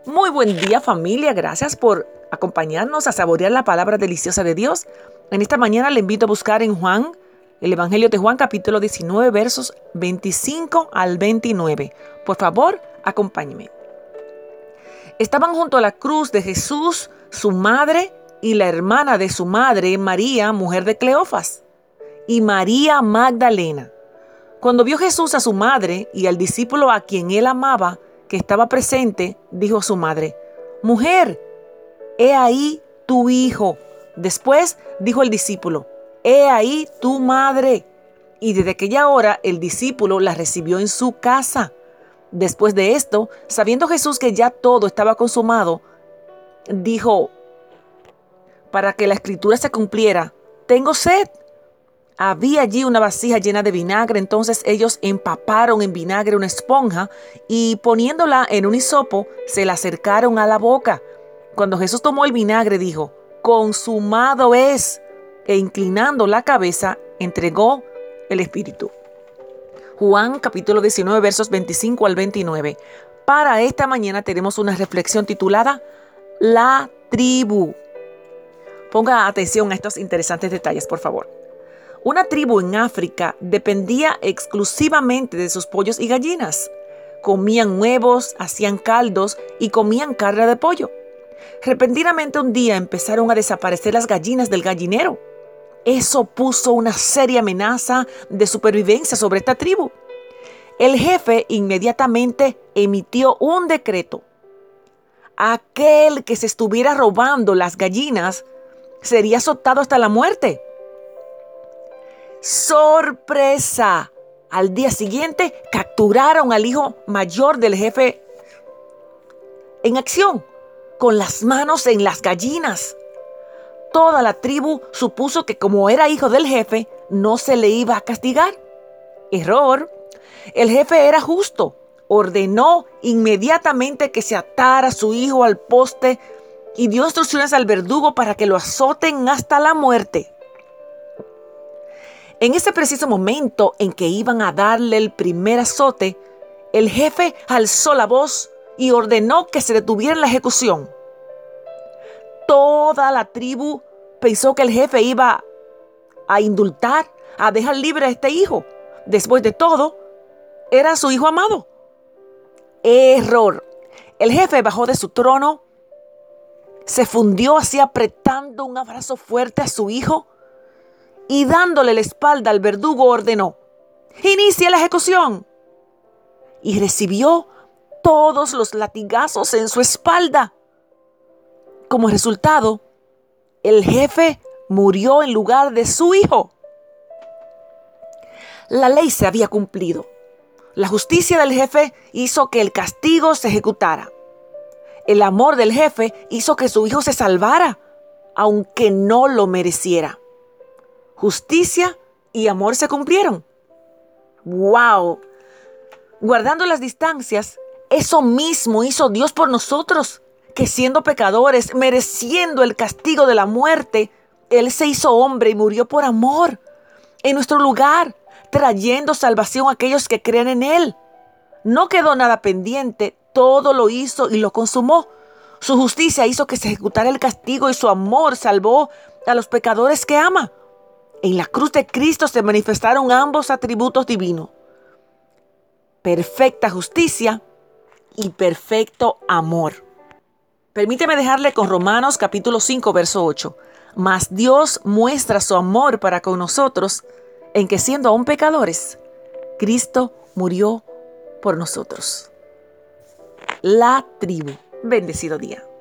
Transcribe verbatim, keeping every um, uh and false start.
Muy buen día, familia. Gracias por acompañarnos a saborear la palabra deliciosa de Dios. En esta mañana le invito a buscar en Juan, el Evangelio de Juan, capítulo diecinueve, versos veinticinco al veintinueve. Por favor, acompáñeme. Estaban junto a la cruz de Jesús, su madre y la hermana de su madre, María, mujer de Cleofas, y María Magdalena. Cuando vio Jesús a su madre y al discípulo a quien él amaba, que estaba presente, dijo a su madre: «Mujer, he ahí tu hijo». Después dijo el discípulo: «He ahí tu madre». Y desde aquella hora el discípulo la recibió en su casa. Después de esto, sabiendo Jesús que ya todo estaba consumado, dijo, para que la escritura se cumpliera: «Tengo sed». Había allí una vasija llena de vinagre, entonces ellos empaparon en vinagre una esponja y poniéndola en un hisopo, se la acercaron a la boca. Cuando Jesús tomó el vinagre, dijo: «Consumado es», e inclinando la cabeza, entregó el espíritu. Juan capítulo diecinueve, versos veinticinco al veintinueve. Para esta mañana tenemos una reflexión titulada La tribu. Ponga atención a estos interesantes detalles, por favor. Una tribu en África dependía exclusivamente de sus pollos y gallinas. Comían huevos, hacían caldos y comían carne de pollo. Repentinamente un día empezaron a desaparecer las gallinas del gallinero. Eso puso una seria amenaza de supervivencia sobre esta tribu. El jefe inmediatamente emitió un decreto. Aquel que se estuviera robando las gallinas sería azotado hasta la muerte. ¡Sorpresa! Al día siguiente capturaron al hijo mayor del jefe en acción, con las manos en las gallinas. Toda la tribu supuso que como era hijo del jefe, no se le iba a castigar. Error. El jefe era justo. Ordenó inmediatamente que se atara a su hijo al poste y dio instrucciones al verdugo para que lo azoten hasta la muerte. En ese preciso momento en que iban a darle el primer azote, el jefe alzó la voz y ordenó que se detuviera la ejecución. Toda la tribu pensó que el jefe iba a indultar, a dejar libre a este hijo. Después de todo, era su hijo amado. Error. El jefe bajó de su trono, se fundió así apretando un abrazo fuerte a su hijo y dándole la espalda al verdugo ordenó: «Inicia la ejecución». Y recibió todos los latigazos en su espalda. Como resultado, el jefe murió en lugar de su hijo. La ley se había cumplido. La justicia del jefe hizo que el castigo se ejecutara. El amor del jefe hizo que su hijo se salvara, aunque no lo mereciera. Justicia y amor se cumplieron. ¡Wow! Guardando las distancias, eso mismo hizo Dios por nosotros, que siendo pecadores, mereciendo el castigo de la muerte, Él se hizo hombre y murió por amor, en nuestro lugar, trayendo salvación a aquellos que creen en Él. No quedó nada pendiente, todo lo hizo y lo consumó. Su justicia hizo que se ejecutara el castigo y su amor salvó a los pecadores que ama. En la cruz de Cristo se manifestaron ambos atributos divinos: perfecta justicia y perfecto amor. Permíteme dejarle con Romanos capítulo cinco, verso ocho. Mas Dios muestra su amor para con nosotros, en que siendo aún pecadores, Cristo murió por nosotros. La tribu. Bendecido día.